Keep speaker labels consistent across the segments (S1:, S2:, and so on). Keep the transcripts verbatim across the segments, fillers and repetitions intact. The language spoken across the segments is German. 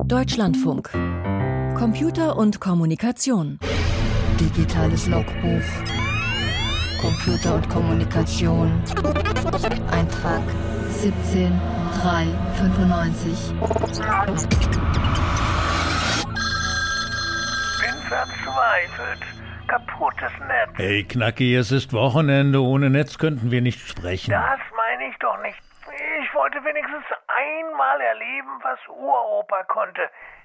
S1: Deutschlandfunk. Computer und Kommunikation. Digitales Logbuch. Computer und Kommunikation. Eintrag siebzehn drei fünfundneunzig.
S2: Bin verzweifelt. Kaputtes Netz.
S3: Hey Knacki, es ist Wochenende. Ohne Netz könnten wir nicht sprechen.
S2: Das meine ich doch nicht. Ich wollte wenigstens einmal erleben, was Uropa konnte.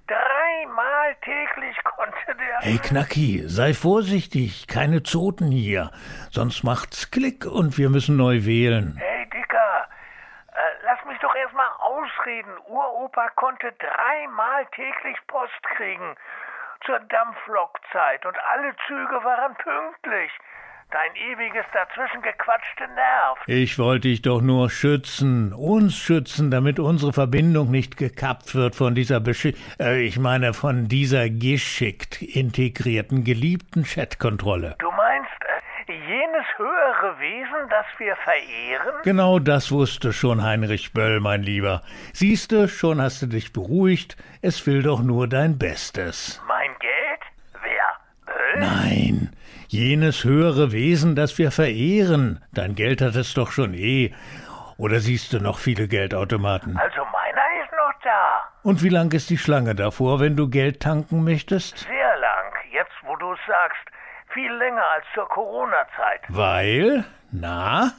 S2: Dreimal täglich konnte der...
S3: Hey Knacki, sei vorsichtig. Keine Zoten hier. Sonst macht's Klick und wir müssen neu wählen.
S2: Hey Dicker, äh, lass mich doch erstmal ausreden. Uropa konnte dreimal täglich Post kriegen. Zur Dampflokzeit und alle Züge waren pünktlich. Dein ewiges Dazwischengequatschte nervt.
S3: Ich wollte dich doch nur schützen, uns schützen, damit unsere Verbindung nicht gekappt wird von dieser Beschi- äh, ich meine von dieser geschickt integrierten, geliebten Chatkontrolle.
S2: Du meinst, äh, jenes höhere Wesen, das wir verehren?
S3: Genau das wusste schon Heinrich Böll, mein Lieber. Siehste, schon hast du dich beruhigt, es will doch nur dein Bestes.
S2: Mein Geld? Wer? Böll?
S3: Nein, jenes höhere Wesen, das wir verehren. Dein Geld hat es doch schon eh. Oder siehst du noch viele Geldautomaten?
S2: Also meiner ist noch da.
S3: Und wie lang ist die Schlange davor, wenn du Geld tanken möchtest?
S2: Sehr lang, jetzt wo du es sagst. Viel länger als zur Corona-Zeit.
S3: Weil? Na?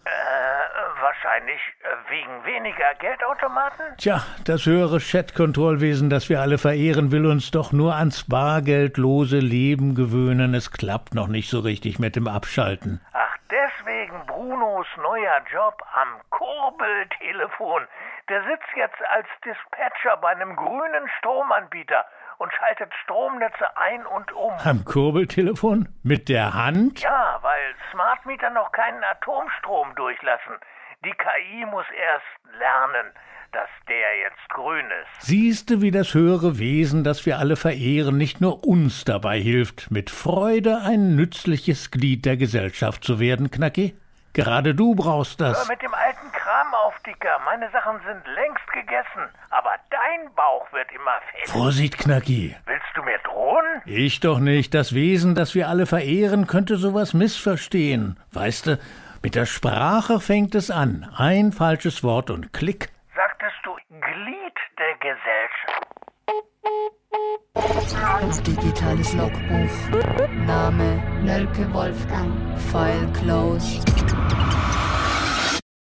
S2: Äh, wahrscheinlich äh, wegen weniger Geldautomaten?
S3: Tja, das höhere Chat-Kontrollwesen, das wir alle verehren, will uns doch nur ans bargeldlose Leben gewöhnen. Es klappt noch nicht so richtig mit dem Abschalten.
S2: Ach, deswegen Brunos neuer Job am Kurbeltelefon. Der sitzt jetzt als Dispatcher bei einem grünen Stromanbieter und schaltet Stromnetze ein und um.
S3: Am Kurbeltelefon? Mit der Hand?
S2: Ja, weil Smart Meter noch keinen Atomstrom durchlassen. Die K I muss erst lernen, dass der jetzt grün ist.
S3: Siehste, wie das höhere Wesen, das wir alle verehren, nicht nur uns dabei hilft, mit Freude ein nützliches Glied der Gesellschaft zu werden, Knacki? Gerade du brauchst das.
S2: Hör mit dem alten Kram auf, Dicker. Meine Sachen sind längst gegessen. Aber dein Bauch wird immer fett.
S3: Vorsicht, Knacki.
S2: Willst du mir drohen?
S3: Ich doch nicht. Das Wesen, das wir alle verehren, könnte sowas missverstehen. Weißt du, mit der Sprache fängt es an. Ein falsches Wort und klick.
S2: Sagtest du Glied der Gesellschaft?
S1: Digitales Logbuch. Name Nölke Wolfgang. File closed.